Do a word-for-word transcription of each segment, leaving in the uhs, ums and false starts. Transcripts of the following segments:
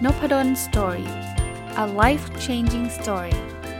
Nopadon Story. A life-changing story.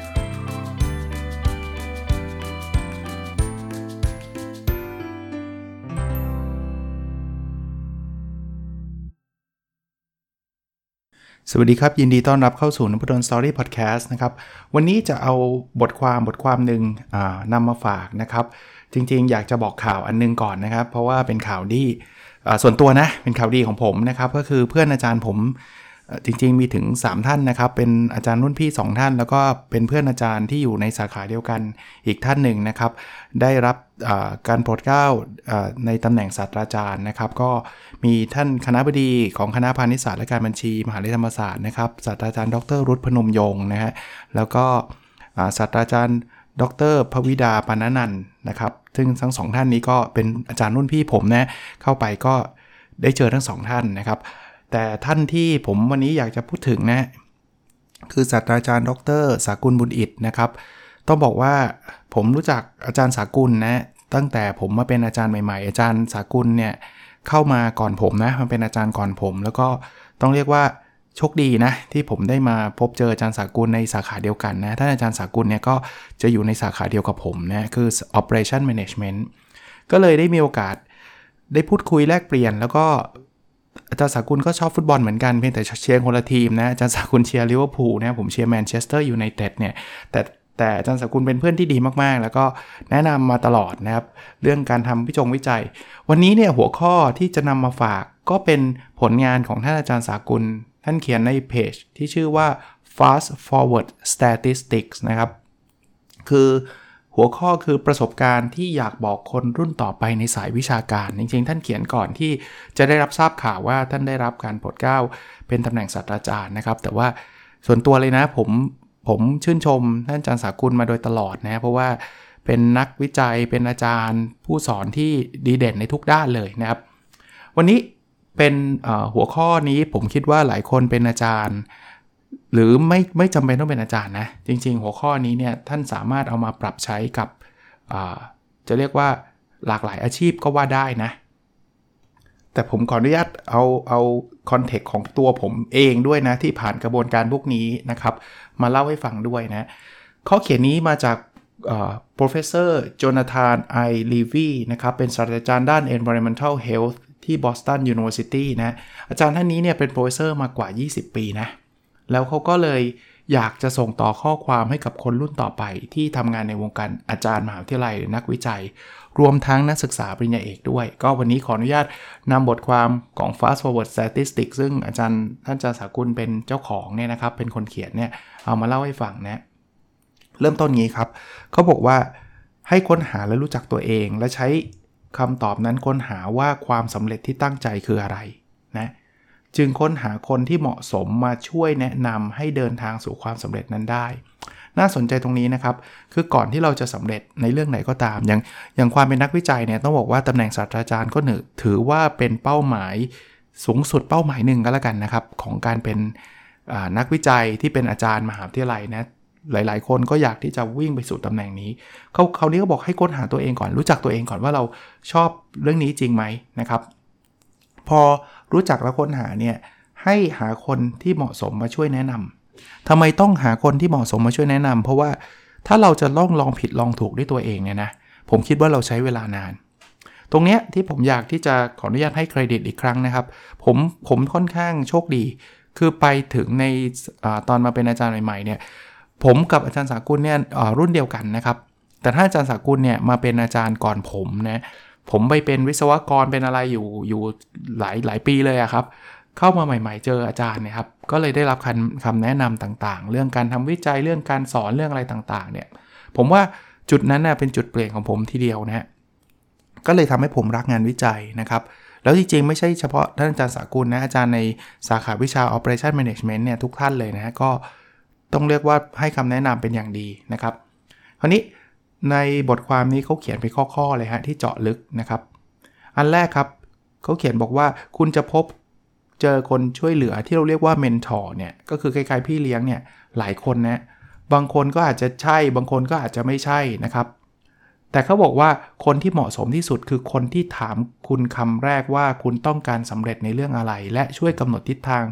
สวัสดีครับยินดีต้อนรับเข้าสู่ Nopadon Story Podcast นะครับวันนี้จะเอาบทความบทความหนึ่งนำมาฝากนะครับจริงๆอยากจะบอกข่าวอันนึงก่อนนะครับเพราะว่าเป็นข่าวดีส่วนตัวนะเป็นข่าวดีของผมนะครับก็คือเพื่อนอาจารย์ผมจริงๆมีถึงสามท่านนะครับเป็นอาจารย์รุ่นพี่สองท่านแล้วก็เป็นเพื่อนอาจารย์ที่อยู่ในสาขาเดียวกันอีกท่านหนึ่งนะครับได้รับการโปรดเกล้าในตำแหน่งศาสตราจารย์นะครับก็มีท่านคณบดีของคณะพาณิชยศาสตร์และการบัญชีมหาวิทยาลัยธรรมศาสตร์นะครับศาสตราจารย์ดรรุตพนมยงค์นะฮะแล้วก็ศาสตราจารย์ดรภวิดาปานนันท์นะครับซึ่งทั้งสองท่านนี้ก็เป็นอาจารย์รุ่นพี่ผมนะเข้าไปก็ได้เจอทั้งสองท่านนะครับแต่ท่านที่ผมวันนี้อยากจะพูดถึงนะคือศาสตราจารย์ดรสากุลบุญอิฐนะครับต้องบอกว่าผมรู้จักอาจารย์สากุลนะตั้งแต่ผมมาเป็นอาจารย์ใหม่ๆอาจารย์สากุลเนี่ยเข้ามาก่อนผมนะมันเป็นอาจารย์ก่อนผมแล้วก็ต้องเรียกว่าโชคดีนะที่ผมได้มาพบเจออาจารย์สากุลในสาขาเดียวกันนะท่านอาจารย์สากุลเนี่ยก็จะอยู่ในสาขาเดียวกับผมนะคือ Operation Management ก็เลยได้มีโอกาสได้พูดคุยแลกเปลี่ยนแล้วก็อาจารย์สากุลก็ชอบฟุตบอลเหมือนกันเพียงแต่เชียร์คนละทีมนะอาจารย์สากุลเชียร์ลิเวอร์พูลนะผมเชียร์แมนเชสเตอร์ยูไนเต็ดเนี่ยแต่แต่อาจารย์สากุลเป็นเพื่อนที่ดีมากๆแล้วก็แนะนำมาตลอดนะครับเรื่องการทำวิจงวิจัยวันนี้เนี่ยหัวข้อที่จะนำมาฝากก็เป็นผลงานของท่านอาจารย์สากุลท่านเขียนในเพจที่ชื่อว่า Fast Forward Statistics นะครับคือหัวข้อคือประสบการณ์ที่อยากบอกคนรุ่นต่อไปในสายวิชาการจริงๆท่านเขียนก่อนที่จะได้รับทราบข่าวว่าท่านได้รับการโปรดเกล้าเป็นตำแหน่งศาสตราจารย์นะครับแต่ว่าส่วนตัวเลยนะผมผมชื่นชมท่านอาจารย์สากุลมาโดยตลอดนะเพราะว่าเป็นนักวิจัยเป็นอาจารย์ผู้สอนที่ดีเด่นในทุกด้านเลยนะครับวันนี้เป็นหัวข้อนี้ผมคิดว่าหลายคนเป็นอาจารย์หรือไม่ไม่จำเป็นต้องเป็นอาจารย์นะจริงๆหัวข้อนี้เนี่ยท่านสามารถเอามาปรับใช้กับจะเรียกว่าหลากหลายอาชีพก็ว่าได้นะแต่ผมขออนุญาตเอาเอาคอนเทกต์ของตัวผมเองด้วยนะที่ผ่านกระบวนการพวกนี้นะครับมาเล่าให้ฟังด้วยนะข้อเขียนนี้มาจาก professor Jonathan I. Levy นะครับเป็นศาสตราจารย์ด้าน environmental health ที่ Boston University นะอาจารย์ท่านนี้เนี่ยเป็น professor มากว่ายี่สิบปีนะแล้วเขาก็เลยอยากจะส่งต่อข้อความให้กับคนรุ่นต่อไปที่ทำงานในวงการอาจารย์มหาวิทยาลัยหรือนักวิจัยรวมทั้งนักศึกษาปริญญาเอกด้วยก็วันนี้ขออนุญาตนำบทความของ Fast Forward Statistics ซึ่งอาจารย์ท่านอาจารย์สากุลเป็นเจ้าของเนี่ยนะครับเป็นคนเขียนเนี่ยเอามาเล่าให้ฟังนะเริ่มต้นงี้ครับเขาบอกว่าให้ค้นหาและรู้จักตัวเองและใช้คำตอบนั้นค้นหาว่าความสำเร็จที่ตั้งใจคืออะไรนะจึงค้นหาคนที่เหมาะสมมาช่วยแนะนำให้เดินทางสู่ความสำเร็จนั้นได้น่าสนใจตรงนี้นะครับคือก่อนที่เราจะสำเร็จในเรื่องไหนก็ตามอย่างอย่างความเป็นนักวิจัยเนี่ยต้องบอกว่าตำแหน่งศาสตราจารย์ก็ถือว่าเป็นเป้าหมายสูงสุดเป้าหมายหนึ่งก็แล้วกันนะครับของการเป็นนักวิจัยที่เป็นอาจารย์มหาวิทยาลัยนะหลายๆคนก็อยากที่จะวิ่งไปสู่ตำแหน่งนี้เขาเขานี้ก็บอกให้ค้นหาตัวเองก่อนรู้จักตัวเองก่อนว่าเราชอบเรื่องนี้จริงไหมนะครับพอรู้จักแล้วค้นหาเนี่ยให้หาคนที่เหมาะสมมาช่วยแนะนำทำไมต้องหาคนที่เหมาะสมมาช่วยแนะนำเพราะว่าถ้าเราจะลองลองผิดลองถูกด้วยตัวเองเนี่ยนะผมคิดว่าเราใช้เวลานานตรงเนี้ยที่ผมอยากที่จะขออนุญาตให้เครดิตอีกครั้งนะครับผมผมค่อนข้างโชคดีคือไปถึงในอตอนมาเป็นอาจารย์ใหม่ๆเนี่ยผมกับอาจารย์สากุลเนี่ยรุ่นเดียวกันนะครับแต่ถ้าอาจารย์สากุลเนี่ยมาเป็นอาจารย์ก่อนผมนะผมไปเป็นวิศวกรเป็นอะไรอยู่อยู่หลายหลายปีเลยอะครับเข้ามาใหม่ๆเจออาจารย์เนี่ยครับก็เลยได้รับคำคำแนะนำต่างๆเรื่องการทำวิจัยเรื่องการสอนเรื่องอะไรต่างๆเนี่ยผมว่าจุดนั้นน่ะเป็นจุดเปลี่ยนของผมทีเดียวนะฮะก็เลยทำให้ผมรักงานวิจัยนะครับแล้วจริงๆไม่ใช่เฉพาะท่านอาจารย์สากุลนะอาจารย์ในสาขาวิชา Operation Management เนี่ยทุกท่านเลยนะฮะก็ต้องเรียกว่าให้คำแนะนำเป็นอย่างดีนะครับคราวนี้ในบทความนี้เขาเขียนเป็นข้อๆเลยฮะที่เจาะลึกนะครับอันแรกครับเขาเขียนบอกว่าคุณจะพบเจอคนช่วยเหลือที่เราเรียกว่าเมนทอร์เนี่ยก็คือคล้ายๆพี่เลี้ยงเนี่ยหลายคนนะบางคนก็อาจจะใช่บางคนก็อาจจะไม่ใช่นะครับแต่เขาบอกว่าคนที่เหมาะสมที่สุดคือคนที่ถามคุณคำแรกว่าคุณต้องการสำเร็จในเรื่องอะไรและช่วยกำหนดทิศทาง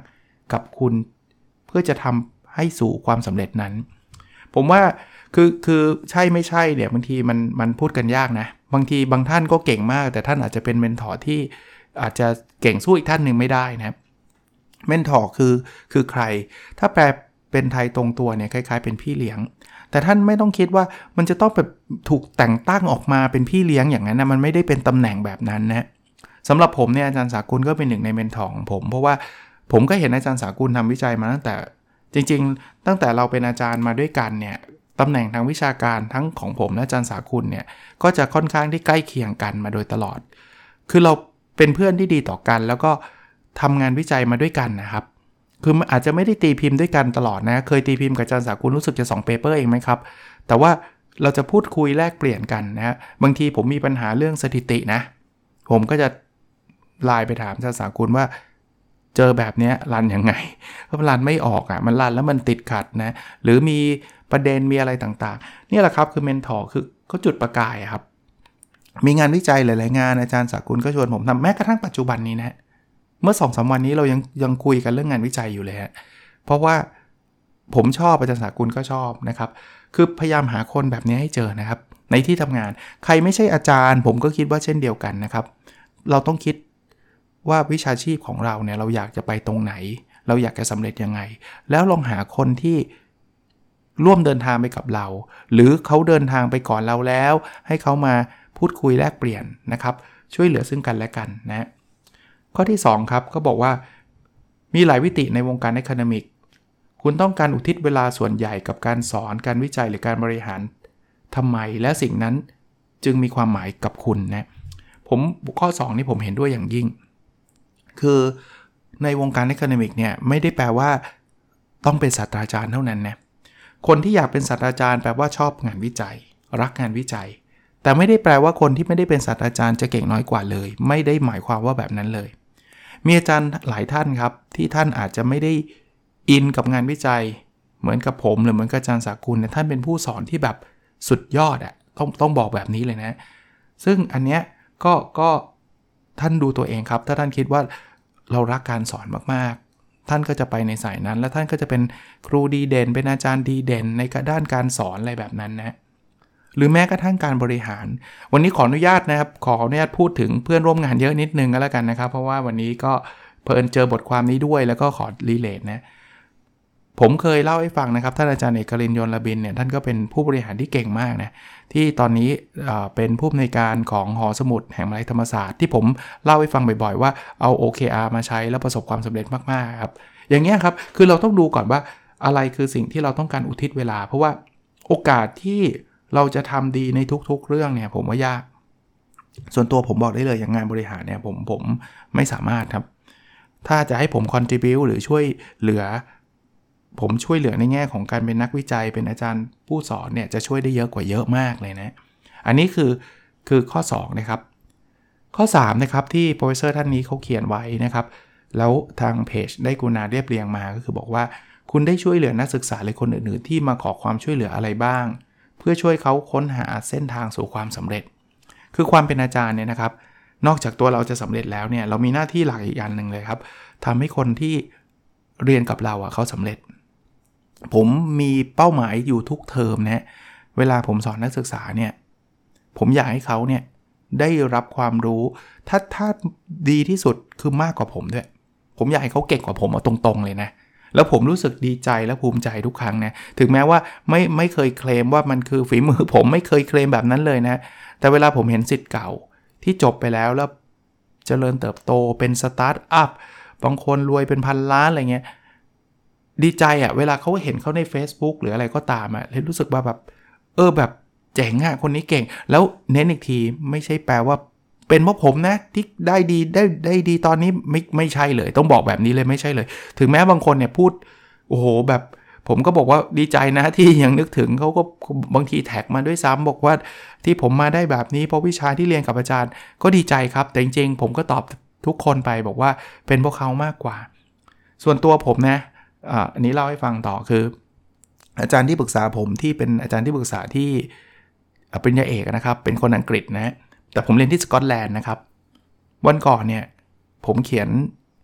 กับคุณเพื่อจะทำให้สู่ความสำเร็จนั้นผมว่าคือคือใช่ไม่ใช่เนี่ยบางทีมันมันพูดกันยากนะบางทีบางท่านก็เก่งมากแต่ท่านอาจจะเป็นเมนทอร์ที่อาจจะเก่งสู้อีกท่านหนึ่งไม่ได้นะเมนทอร์คือคือใครถ้าแปลเป็นไทยตรงตัวเนี่ยคล้ายๆเป็นพี่เลี้ยงแต่ท่านไม่ต้องคิดว่ามันจะต้องแบบถูกแต่งตั้งออกมาเป็นพี่เลี้ยงอย่างนั้นนะมันไม่ได้เป็นตำแหน่งแบบนั้นนะสำหรับผมเนี่ยอาจารย์สากุลก็เป็นหนึ่งในเมนทอร์ของผมเพราะว่าผมก็เห็นอาจารย์สากุลทำวิจัยมาตั้งแต่จริงๆตั้งแต่เราเป็นอาจารย์มาด้วยกันเนี่ยตำแหน่งทางวิชาการทั้งของผมและอาจารย์สากุลเนี่ยก็จะค่อนข้างที่ใกล้เคียงกันมาโดยตลอดคือเราเป็นเพื่อนที่ดีต่อกันแล้วก็ทำงานวิจัยมาด้วยกันนะครับคืออาจจะไม่ได้ตีพิมพ์ด้วยกันตลอดนะเคยตีพิมพ์กับอาจารย์สากุลรู้สึกจะสองเปเปอร์เองไหมครับแต่ว่าเราจะพูดคุยแลกเปลี่ยนกันนะฮะบางทีผมมีปัญหาเรื่องสถิตินะผมก็จะไลน์ไปถามอาจารย์สากุลว่าเจอแบบนี้รันยังไงเพราะรันไม่ออกอ่ะมันรันแล้วมันติดขัดนะหรือมีประเด็นมีอะไรต่างๆนี่แหละครับคือเมนทอร์คือก็จุดประกายครับมีงานวิจัยหลายๆงานอาจารย์สากุลก็ชวนผมทำแม้กระทั่งปัจจุบันนี้นะเมื่อ สองถึงสาม วันนี้เรายังยังคุยกันเรื่องงานวิจัยอยู่เลยฮะเพราะว่าผมชอบอาจารย์สากุลก็ชอบนะครับคือพยายามหาคนแบบนี้ให้เจอนะครับในที่ทำงานใครไม่ใช่อาจารย์ผมก็คิดว่าเช่นเดียวกันนะครับเราต้องคิดว่าวิชาชีพของเราเนี่ยเราอยากจะไปตรงไหนเราอยากจะสำเร็จยังไงแล้วลองหาคนที่ร่วมเดินทางไปกับเราหรือเขาเดินทางไปก่อนเราแล้วให้เขามาพูดคุยแลกเปลี่ยนนะครับช่วยเหลือซึ่งกันและกันนะข้อที่สองครับก็บอกว่ามีหลายวิติในวงการ Academic คุณต้องการอุทิศเวลาส่วนใหญ่กับการสอนการวิจัยหรือการบริหารทำไมและสิ่งนั้นจึงมีความหมายกับคุณนะผมข้อสองนี่ผมเห็นด้วยอย่างยิ่งคือในวงการ Academic เนี่ยไม่ได้แปลว่าต้องเป็นศาสตราจารย์เท่านั้นนะคนที่อยากเป็นศาสตราจารย์แปลว่าชอบงานวิจัยรักงานวิจัยแต่ไม่ได้แปลว่าคนที่ไม่ได้เป็นศาสตราจารย์จะเก่งน้อยกว่าเลยไม่ได้หมายความว่าแบบนั้นเลยมีอาจารย์หลายท่านครับที่ท่านอาจจะไม่ได้อินกับงานวิจัยเหมือนกับผมหรือเหมือนกับอาจารย์สากุลเนี่ยท่านเป็นผู้สอนที่แบบสุดยอดอ่ะต้องต้องบอกแบบนี้เลยนะซึ่งอันเนี้ยก็ก็ท่านดูตัวเองครับถ้าท่านคิดว่าเรารักการสอนมากๆท่านก็จะไปในสายนั้นแล้วท่านก็จะเป็นครูดีเด่นเป็นอาจารย์ดีเด่นในด้านการสอนอะไรแบบนั้นนะหรือแม้กระทั่งการบริหารวันนี้ขออนุญาตนะครับขออนุญาตพูดถึงเพื่อนร่วมงานเยอะนิดนึงก็แล้วกันนะครับเพราะว่าวันนี้ก็เพิ่นเจอบทความนี้ด้วยแล้วก็ขอรีเลทนะผมเคยเล่าให้ฟังนะครับท่านอาจารย์เอกลินยนต์ระบินเนี่ยท่านก็เป็นผู้บริหารที่เก่งมากนะที่ตอนนี้เป็นผู้อำนวยการของหอสมุดแห่งมหาวิทยาลัยธรรมศาสตร์ที่ผมเล่าให้ฟังบ่อยๆว่าเอา โอ เค อาร์ มาใช้แล้วประสบความสำเร็จมากๆครับอย่างเงี้ยครับคือเราต้องดูก่อนว่าอะไรคือสิ่งที่เราต้องการอุทิศเวลาเพราะว่าโอกาสที่เราจะทำดีในทุกๆเรื่องเนี่ยผมว่ายากส่วนตัวผมบอกได้เลยอย่างงานบริหารเนี่ยผมผมไม่สามารถครับถ้าจะให้ผม contribute หรือช่วยเหลือผมช่วยเหลือในแง่ของการเป็นนักวิจัยเป็นอาจารย์ผู้สอนเนี่ยจะช่วยได้เยอะกว่าเยอะมากเลยนะอันนี้คือคือข้อสองนะครับข้อสามนะครับที่ professor ท่านนี้เขาเขียนไว้นะครับแล้วทางเพจได้กรุณาเรียบเรียงมาก็คือบอกว่าคุณได้ช่วยเหลือนักศึกษาหรือคนอื่นๆที่มาขอความช่วยเหลืออะไรบ้างเพื่อช่วยเขาค้นหาเส้นทางสู่ความสำเร็จคือความเป็นอาจารย์เนี่ยนะครับนอกจากตัวเราจะสำเร็จแล้วเนี่ยเรามีหน้าที่หลักอีกอย่างหนึ่งเลยครับทำให้คนที่เรียนกับเราอ่ะเขาสำเร็จผมมีเป้าหมายอยู่ทุกเทอมนะเวลาผมสอนนักศึกษาเนี่ยผมอยากให้เขาเนี่ยได้รับความรู้ถ้าถ้าดีที่สุดคือมากกว่าผมด้วยผมอยากให้เขาเก่งกว่าผมเอาตรงๆเลยนะแล้วผมรู้สึกดีใจและภูมิใจทุกครั้งนะถึงแม้ว่าไม่ไม่เคยเคลมว่ามันคือฝีมือผมไม่เคยเคลมแบบนั้นเลยนะแต่เวลาผมเห็นศิษย์เก่าที่จบไปแล้วแล้วเจริญเติบโตเป็นสตาร์ทอัพบางคนรวยเป็นพันล้านอะไรเงี้ยดีใจอ่ะเวลาเขาเห็นเขาใน Facebook หรืออะไรก็ตามอ่ะเลยรู้สึกว่าแบบเออแบบเจ๋งอ่ะคนนี้เก่งแล้วเน้นอีกทีไม่ใช่แปลว่าเป็นเพราะผมนะที่ได้ดีได้ได้ดีตอนนี้ไม่ไม่ใช่เลยต้องบอกแบบนี้เลยไม่ใช่เลยถึงแม้บางคนเนี่ยพูดโอ้โหแบบผมก็บอกว่าดีใจนะที่ยังนึกถึงเขาก็บางทีแท็กมาด้วยซ้ำบอกว่าที่ผมมาได้แบบนี้เพราะวิชาที่เรียนกับอาจารย์ก็ดีใจครับแต่จริงๆผมก็ตอบทุกคนไปบอกว่าเป็นพวกเขามากกว่าส่วนตัวผมนะอ่าอันนี้เล่าให้ฟังต่อคืออาจารย์ที่ปรึกษาผมที่เป็นอาจารย์ที่ปรึกษาที่ปริญญาเอกนะครับเป็นคนอังกฤษนะแต่ผมเรียนที่สกอตแลนด์นะครับวันก่อนเนี่ยผมเขียน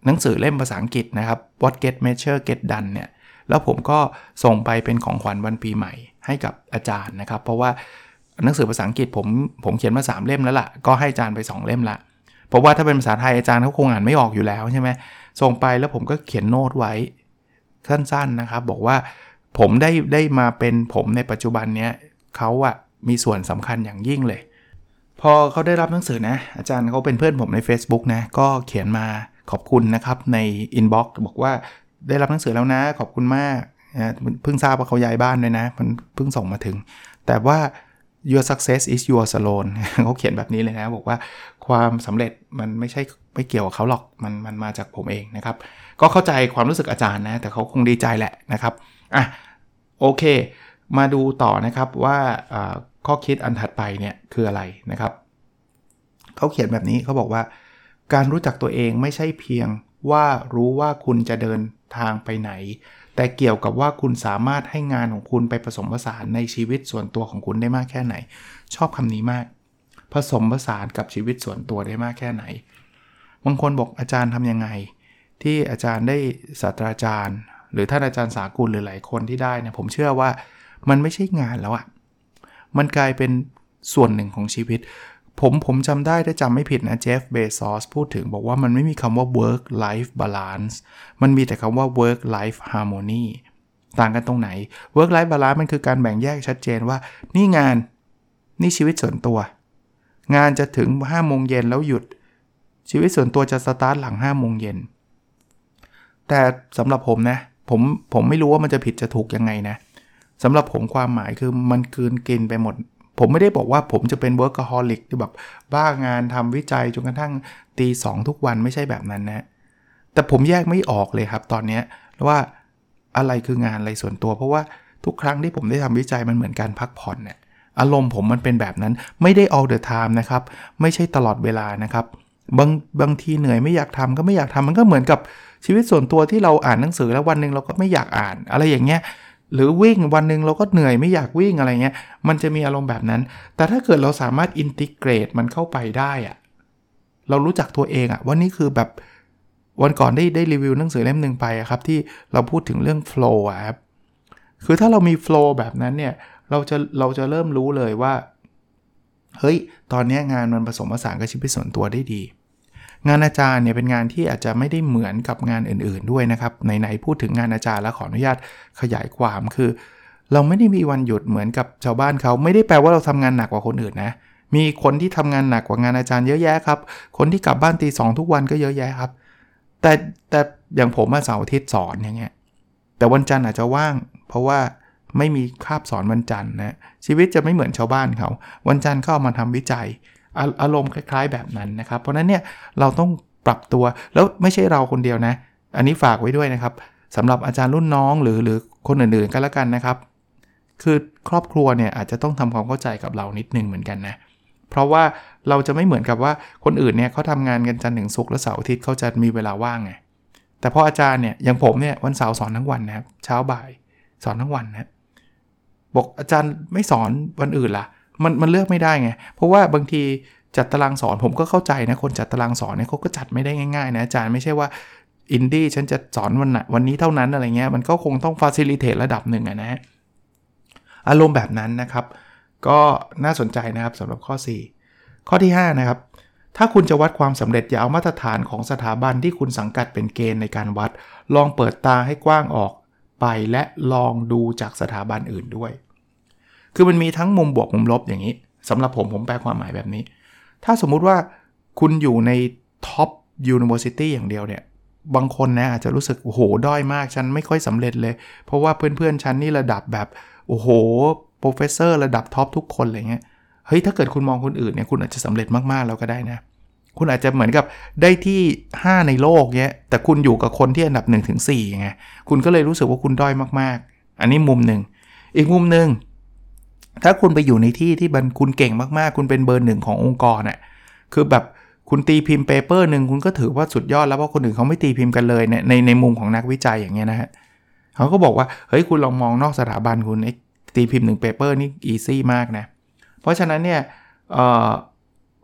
หนังสือเล่มภาษาอังกฤษนะครับ What Get Measure Get Done เนี่ยแล้วผมก็ส่งไปเป็นของขวัญวันปีใหม่ให้กับอาจารย์นะครับเพราะว่าหนังสือภาษาอังกฤษผมผมเขียนมาสามเล่มแล้วล่ะก็ให้อาจารย์ไปสองเล่มละเพราะว่าถ้าเป็นภาษาไทยอาจารย์เขาคงอ่านไม่ออกอยู่แล้วใช่ไหมส่งไปแล้วผมก็เขียนโน้ตไว้สั้นๆนะครับบอกว่าผมได้ได้มาเป็นผมในปัจจุบันเนี้ยเขาอะมีส่วนสำคัญอย่างยิ่งเลยพอเขาได้รับหนังสือนะอาจารย์เขาเป็นเพื่อนผมใน Facebook นะก็เขียนมาขอบคุณนะครับใน inbox บอกว่าได้รับหนังสือแล้วนะขอบคุณมากนะเพิ่งทราบว่าเขาย้ายบ้านด้วยนะมันเพิ่งส่งมาถึงแต่ว่า your success is yours alone เขาเขียนแบบนี้เลยนะบอกว่าความสำเร็จมันไม่ใช่ไม่เกี่ยวกับเขาหรอกมันมันมาจากผมเองนะครับก็เข้าใจความรู้สึกอาจารย์นะแต่เขาคงดีใจแหละนะครับอ่ะโอเคมาดูต่อนะครับว่าข้อคิดอันถัดไปเนี่ยคืออะไรนะครับเขาเขียนแบบนี้เขาบอกว่าการรู้จักตัวเองไม่ใช่เพียงว่ารู้ว่าคุณจะเดินทางไปไหนแต่เกี่ยวกับว่าคุณสามารถให้งานของคุณไปผสมผสานในชีวิตส่วนตัวของคุณได้มากแค่ไหนชอบคำนี้มากผสมผสานกับชีวิตส่วนตัวได้มากแค่ไหนบางคนบอกอาจารย์ทำยังไงที่อาจารย์ได้ศาสตราจารย์หรือท่านอาจารย์สากุลหรือหลายคนที่ได้เนี่ยผมเชื่อว่ามันไม่ใช่งานแล้วอะมันกลายเป็นส่วนหนึ่งของชีวิตผมผมจำได้ถ้าจำไม่ผิดนะเจฟเบซอสพูดถึงบอกว่ามันไม่มีคำว่า work life balance มันมีแต่คำว่า work life harmony ต่างกันตรงไหน work life balance มันคือการแบ่งแยกชัดเจนว่านี่งานนี่ชีวิตส่วนตัวงานจะถึง ห้าโมงเย็นแล้วหยุดชีวิตส่วนตัวจะสตาร์ทหลัง ห้าโมงเย็นแต่สำหรับผมนะผมผมไม่รู้ว่ามันจะผิดจะถูกยังไงนะสำหรับผมความหมายคือมันคืนกินไปหมดผมไม่ได้บอกว่าผมจะเป็น workaholic ที่แบบบ้างานทำวิจัยจนกระทั่งตีสองทุกวันไม่ใช่แบบนั้นนะแต่ผมแยกไม่ออกเลยครับตอนนี้ว่าอะไรคืองานอะไรส่วนตัวเพราะว่าทุกครั้งที่ผมได้ทำวิจัยมันเหมือนการพักผ่อนเนี่ยอารมณ์ผมมันเป็นแบบนั้นไม่ได้ all the time นะครับไม่ใช่ตลอดเวลานะครับบางบางทีเหนื่อยไม่อยากทำก็ไม่อยากทำมันก็เหมือนกับชีวิตส่วนตัวที่เราอ่านหนังสือแล้ววันนึงเราก็ไม่อยากอ่านอะไรอย่างเงี้ยหรือวิ่งวันนึงเราก็เหนื่อยไม่อยากวิ่งอะไรเงี้ยมันจะมีอารมณ์แบบนั้นแต่ถ้าเกิดเราสามารถอินทิเกรตมันเข้าไปได้อะเรารู้จักตัวเองอะว่านี่คือแบบวันก่อนได้ได้รีวิวหนังสือเล่มนึงไปครับที่เราพูดถึงเรื่องโฟลว์ครับคือถ้าเรามีโฟลว์แบบนั้นเนี่ยเราจะเราจะเริ่มรู้เลยว่าเฮ้ยตอนนี้งานมันผสมผสานกับชีวิตส่วนตัวได้ดีงานอาจารย์เนี่ยเป็นงานที่อาจจะไม่ได้เหมือนกับงานอื่นๆด้วยนะครับไหนๆพูดถึงงานอาจารย์แล้วขออนุญาตขยายความคือเราไม่ได้มีวันหยุดเหมือนกับชาวบ้านเขาไม่ได้แปลว่าเราทำงานหนักกว่าคนอื่นนะมีคนที่ทำงานหนักกว่างานอาจารย์เยอะแยะครับคนที่กลับบ้านตีสองทุกวันก็เยอะแยะครับแต่แต่อย่างผมมาเสาร์อาทิตย์สอนอย่างเงี้ยแต่วันจันทร์อาจจะว่างเพราะว่าไม่มีคาบสอนวันจันทร์นะชีวิตจะไม่เหมือนชาวบ้านเขาวันจันทร์เขาเอามาทำวิจัยอารมณ์คล้ายๆแบบนั้นนะครับเพราะนั้นเนี่ยเราต้องปรับตัวแล้วไม่ใช่เราคนเดียวนะอันนี้ฝากไว้ด้วยนะครับสำหรับอาจารย์รุ่นน้องหรือหรือคนอื่นๆก็แล้วกันนะครับคือครอบครัวเนี่ยอาจจะต้องทำความเข้าใจกับเรานิดนึงเหมือนกันนะเพราะว่าเราจะไม่เหมือนกับว่าคนอื่นเนี่ยเขาทำงานกันจันทร์ถึงศุกร์และเสาร์อาทิตย์เขาจะมีเวลาว่างไงแต่พออาจารย์เนี่ยอย่างผมเนี่ยวันเสาร์สอนทั้งวันนะครับเช้าบ่ายสอนทั้งวันนะบอกอาจารย์ไม่สอนวันอื่นล่ะมันมันเลือกไม่ได้ไงเพราะว่าบางทีจัดตารางสอนผมก็เข้าใจนะคนจัดตารางสอนเนี่ยเขาก็จัดไม่ได้ง่ายๆนะอาจารย์ไม่ใช่ว่าอินดี้ฉันจะสอนวันไหนวันนี้เท่านั้นอะไรเงี้ยมันก็คงต้องฟาซิลิเทตระดับหนึ่งนะฮะอารมณ์แบบนั้นนะครับก็น่าสนใจนะครับสำหรับข้อสี่ข้อที่ห้านะครับถ้าคุณจะวัดความสำเร็จอย่าเอามาตรฐานของสถาบันที่คุณสังกัดเป็นเกณฑ์ในการวัดลองเปิดตาให้กว้างออกไปและลองดูจากสถาบันอื่นด้วยคือมันมีทั้งมุมบวกมุมลบอย่างนี้สำหรับผมผมแปลความหมายแบบนี้ถ้าสมมุติว่าคุณอยู่ในท็อปยูนิเวอร์ซิตี้อย่างเดียวเนี่ยบางคนนะอาจจะรู้สึกโอ้โหด้อยมากฉันไม่ค่อยสำเร็จเลยเพราะว่าเพื่อนๆฉันนี่ระดับแบบโอ้โหโปรเฟสเซอร์ระดับท็อปทุกคนอะไรเงี้ยเฮ้ยถ้าเกิดคุณมองคนอื่นเนี่ยคุณอาจจะสำเร็จมากๆแล้วก็ได้นะคุณอาจจะเหมือนกับได้ที่ห้าในโลกเงี้ยแต่คุณอยู่กับคนที่อันดับ หนึ่งถึงสี่ ไงคุณก็เลยรู้สึกว่าคุณด้อยมากๆอันนี้มุมนึงอีกมุมนึงถ้าคุณไปอยู่ในที่ที่บันคุณเก่งมากๆคุณเป็นเบอร์หนึ่งขององค์กรน่ะคือแบบคุณตีพิมพ์เปเปอร์นึงคุณก็ถือว่าสุดยอดแล้วเพราะคนอื่นเขาไม่ตีพิมพ์กันเลยในในในมุมของนักวิจัยอย่างเงี้ยนะฮะเขาก็บอกว่าเฮ้ยคุณลองมองนอกสถาบันคุณไอ้ตีพิมพ์หนึ่งเปเปอร์นี่อีซี่มากนะเพราะฉะนั้นเนี่ยเอ่อ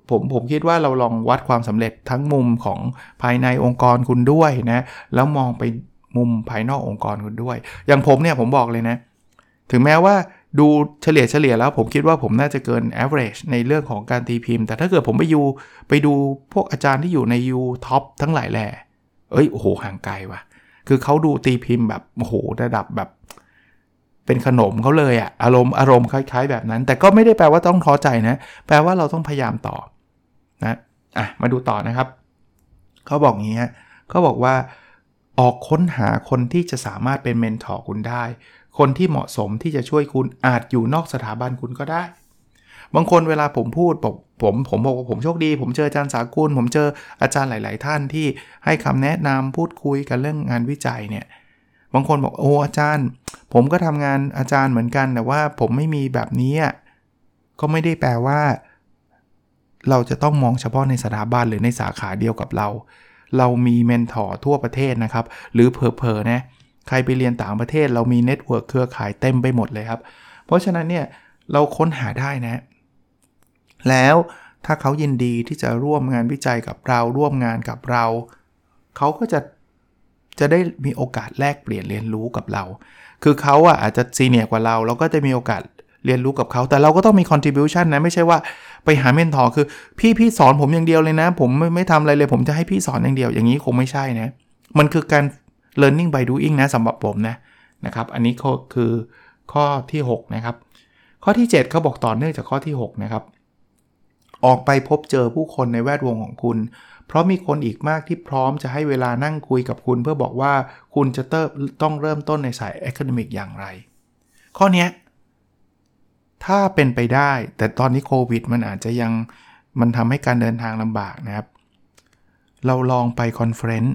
ผมผมคิดว่าเราลองวัดความสำเร็จทั้งมุมของภายในองค์กรคุณด้วยนะแล้วมองไปมุมภายนอกองค์กรคุณด้วยอย่างผมเนี่ยผมบอกเลยนะถึงแม้ว่าดูเฉลี่ยเฉลี่ยแล้วผมคิดว่าผมน่าจะเกิน average ในเรื่องของการตีพิมพ์แต่ถ้าเกิดผมไปยูไปดูพวกอาจารย์ที่อยู่ในยูท็อปทั้งหลายแหล่เอ้ยโอ้โหห่างไกลว่ะคือเขาดูตีพิมพ์แบบโอ้โหระดับแบบเป็นขนมเขาเลยอะอารมณ์อารมณ์คล้ายๆแบบนั้นแต่ก็ไม่ได้แปลว่าต้องท้อใจนะแปลว่าเราต้องพยายามต่อนะอ่ะมาดูต่อนะครับเขาบอกอย่างนี้ฮะเขาบอกว่าออกค้นหาคนที่จะสามารถเป็นเมนทอร์คุณได้คนที่เหมาะสมที่จะช่วยคุณอาจอยู่นอกสถาบันคุณก็ได้บางคนเวลาผมพูดบอกผมผมบอกว่าผมโชคดีผมเจออาจารย์สากุลผมเจออาจารย์หลายๆท่านที่ให้คำแนะนำพูดคุยกันเรื่องงานวิจัยเนี่ยบางคนบอกโอ้อาจารย์ผมก็ทำงานอาจารย์เหมือนกันแต่ว่าผมไม่มีแบบนี้ก็ไม่ได้แปลว่าเราจะต้องมองเฉพาะในสถาบันหรือในสาขาเดียวกับเราเรามีเมนทอร์ทั่วประเทศนะครับหรือเผลอๆนะใครไปเรียนต่างประเทศเรามีเน็ตเวิร์คเครือข่ายเต็มไปหมดเลยครับเพราะฉะนั้นเนี่ยเราค้นหาได้นะแล้วถ้าเขายินดีที่จะร่วมงานวิจัยกับเราร่วมงานกับเราเขาก็จะจะได้มีโอกาสแลกเปลี่ยนเรียนรู้กับเราคือเขาอ่ะอาจจะซีเนียร์กว่าเราเราก็จะมีโอกาสเรียนรู้กับเขาแต่เราก็ต้องมี contribution นะไม่ใช่ว่าไปหาเมนทอร์คือพี่พี่สอนผมอย่างเดียวเลยนะผมไม่ไม่ทำอะไรเลยผมจะให้พี่สอนอย่างเดียวอย่างนี้คงไม่ใช่นะมันคือการ learning by doing นะสำหรับผมนะนะครับอันนี้ก็คือข้อที่หกนะครับข้อที่เจ็ดเขาบอกต่อเนื่องจากข้อที่หกนะครับออกไปพบเจอผู้คนในแวดวงของคุณเพราะมีคนอีกมากที่พร้อมจะให้เวลานั่งคุยกับคุณเพื่อบอกว่าคุณจะต้องเริ่มต้นในสาย academic อย่างไรข้อนี้ถ้าเป็นไปได้แต่ตอนนี้โควิดมันอาจจะยังมันทำให้การเดินทางลำบากนะครับเราลองไปคอนเฟอเรนซ์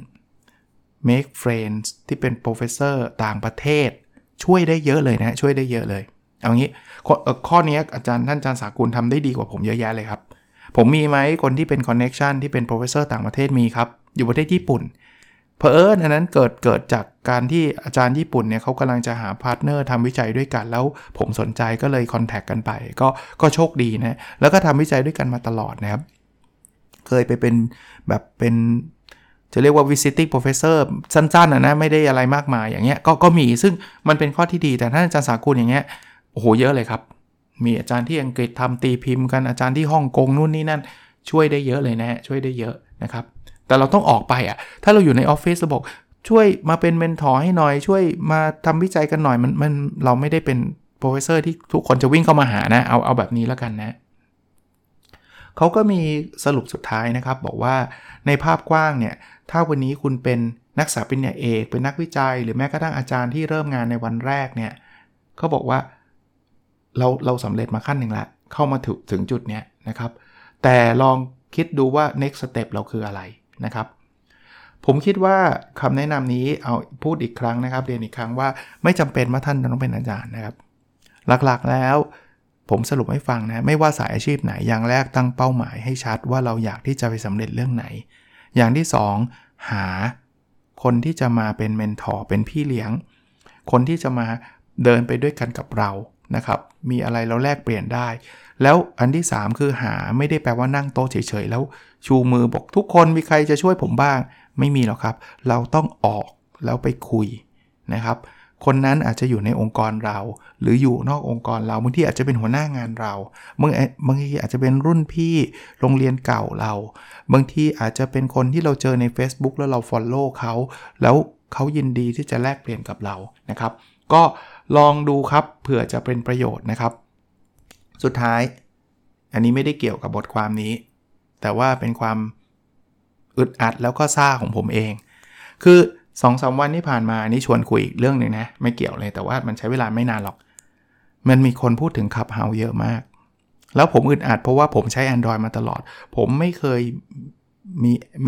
make friends ที่เป็น professor ต่างประเทศช่วยได้เยอะเลยนะช่วยได้เยอะเลยเอางี้ข้อนี้อาจารย์ท่านอาจารย์สากุลทำได้ดีกว่าผมเยอะแยะเลยครับผมมีไหมคนที่เป็น connection ที่เป็น professor ต่างประเทศมีครับอยู่ประเทศญี่ปุ่นเผอิญอันนั้นเกิดเกิดจากการที่อาจารย์ญี่ปุ่นเนี่ยเขากำลังจะหาพาร์ทเนอร์ทำวิจัยด้วยกันแล้วผมสนใจก็เลยคอนแทคกันไปก็ก็โชคดีนะแล้วก็ทำวิจัยด้วยกันมาตลอดนะครับเคยไปเป็นแบบเป็นจะเรียกว่า visiting professor สั้นๆนะนะไม่ได้อะไรมากมายอย่างเงี้ยก็ก็มีซึ่งมันเป็นข้อที่ดีแต่ถ้าอาจารย์สากุลอย่างเงี้ยโอ้โหเยอะเลยครับมีอาจารย์ที่อังกฤษทำตีพิมพ์กันอาจารย์ที่ฮ่องกงนู่นนี่นั่นช่วยได้เยอะเลยนะช่วยได้เยอะนะครับแต่เราต้องออกไปอ่ะถ้าเราอยู่ในออฟฟิศเราบอกช่วยมาเป็นเมนทอร์ให้หน่อยช่วยมาทำวิจัยกันหน่อยมันมันเราไม่ได้เป็นโปรเฟสเซอร์ที่ทุกคนจะวิ่งเข้ามาหานะเอาเอาแบบนี้แล้วกันนะเขาก็มีสรุปสุดท้ายนะครับบอกว่าในภาพกว้างเนี่ยถ้าวันนี้คุณเป็นนักศึกษาปริญญาเอกเป็นนักวิจัยหรือแม้กระทั่งอาจารย์ที่เริ่มงานในวันแรกเนี่ยเขาบอกว่าเราเราสำเร็จมาขั้นหนึ่งแล้วเข้ามาถึงถึงจุดเนี้ยนะครับแต่ลองคิดดูว่า next step เราคืออะไรนะครับผมคิดว่าคำแนะนำนี้เอาพูดอีกครั้งนะครับเรียนอีกครั้งว่าไม่จำเป็นว่าท่านจะต้องเป็นอาจารย์นะครับหลักๆแล้วผมสรุปให้ฟังนะไม่ว่าสายอาชีพไหนอย่างแรกตั้งเป้าหมายให้ชัดว่าเราอยากที่จะไปสำเร็จเรื่องไหนอย่างที่สองหาคนที่จะมาเป็นเมนทอร์เป็นพี่เลี้ยงคนที่จะมาเดินไปด้วยกันกับเรานะครับมีอะไรเราแลกเปลี่ยนได้แล้วอันที่สามคือหาไม่ได้แปลว่านั่งโต๊ะเฉยๆแล้วชูมือบอกทุกคนมีใครจะช่วยผมบ้างไม่มีหรอกครับเราต้องออกแล้วไปคุยนะครับคนนั้นอาจจะอยู่ในองค์กรเราหรืออยู่นอกองค์กรเราบางทีอาจจะเป็นหัวหน้างานเราบางบางทีอาจจะเป็นรุ่นพี่โรงเรียนเก่าเราบางทีอาจจะเป็นคนที่เราเจอใน Facebook แล้วเรา follow เขาแล้วเขายินดีที่จะแลกเปลี่ยนกับเรานะครับก็ลองดูครับเผื่อจะเป็นประโยชน์นะครับสุดท้ายอันนี้ไม่ได้เกี่ยวกับบทความนี้แต่ว่าเป็นความอึดอัดแล้วก็ซ่าของผมเองคือ สองถึงสาม วันที่ผ่านมานี่ชวนคุยอีกเรื่องนึงนะไม่เกี่ยวเลยแต่ว่ามันใช้เวลาไม่นานหรอกมันมีคนพูดถึง Clubhouse เยอะมากแล้วผมอึดอัดเพราะว่าผมใช้ Android มาตลอดผมไม่เคยมีมี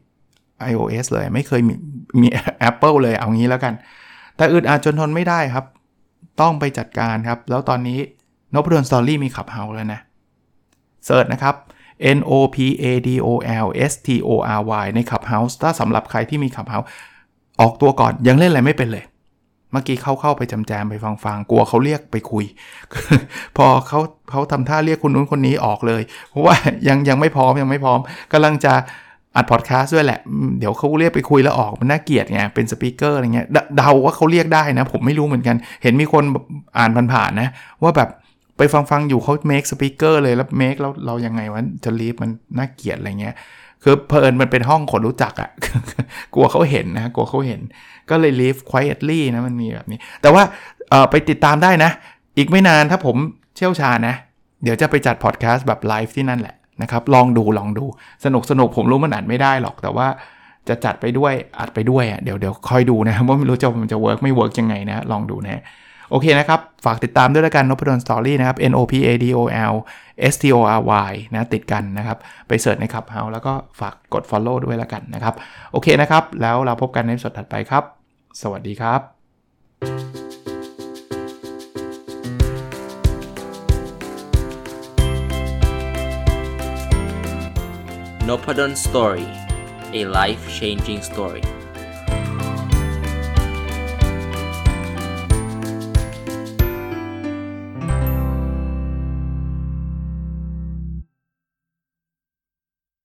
iOS เลยไม่เคยมีมี Apple เลยเอางี้แล้วกันแต่อึดอัดจนทนไม่ได้ครับต้องไปจัดการครับแล้วตอนนี้นพดล Story มี Clubhouse แล้วนะเสิร์ชนะครับ N O P A D O L S T O R Y ใน Clubhouse ถ้าสำหรับใครที่มี Clubhouse ออกตัวก่อนยังเล่นอะไรไม่เป็นเลยเมื่อกี้เข้าเข้าไปจำแจมไปฟังๆกลัวเขาเรียกไปคุย พอเขาเขาทำท่าเรียกคนนู้นคนนี้ออกเลยเพราะว่ายังยังไม่พร้อมยังไม่พร้อมกำลังจะอัดพอดแคสต์ด้วยแหละเดี๋ยวเขาเรียกไปคุยแล้วออกมันน่าเกลียดไงเป็นสปีกเกอร์อะไรเงี้ยเดาว่าเขาเรียกได้นะผมไม่รู้เหมือนกันเห็นมีคนอ่านผ่านๆนะว่าแบบไปฟังๆอยู่เขา make speaker เลยแล้ว make แล้วเรายังไงวะจะ leave มันน่าเกลียดอะไรเงี้ยคือเผอิญมันเป็นห้องคนรู้จักอ่ะ กลัวเขาเห็นนะกลัวเขาเห็นก็เลย leave quietly นะมันมีแบบนี้แต่ว่าเอ่อไปติดตามได้นะอีกไม่นานถ้าผมเชี่ยวชาญนะเดี๋ยวจะไปจัดพอดแคสต์แบบไลฟ์ที่นั่นแหละนะครับลองดูลองดูสนุกสนุกผมรู้มันอัดไม่ได้หรอกแต่ว่าจะจัดไปด้วยอัดไปด้วยอ่ะเดี๋ยวเดี๋ยวคอยดูนะว่าไม่รู้จะมันจะเวิร์กไม่เวิร์กยังไงนะลองดูนะโอเคนะครับฝากติดตามด้วยแล้วกัน Nopadon Story นะครับ N O P A D O L S T O R Y นะติดกันนะครับไปเสิร์ชใน Clubhouse แล้วก็ฝากกด follow ด้วยแล้วกันนะครับโอเคนะครับแล้วเราพบกันในสดถัดไปครับสวัสดีครับ Nopadon Story, a life-changing story.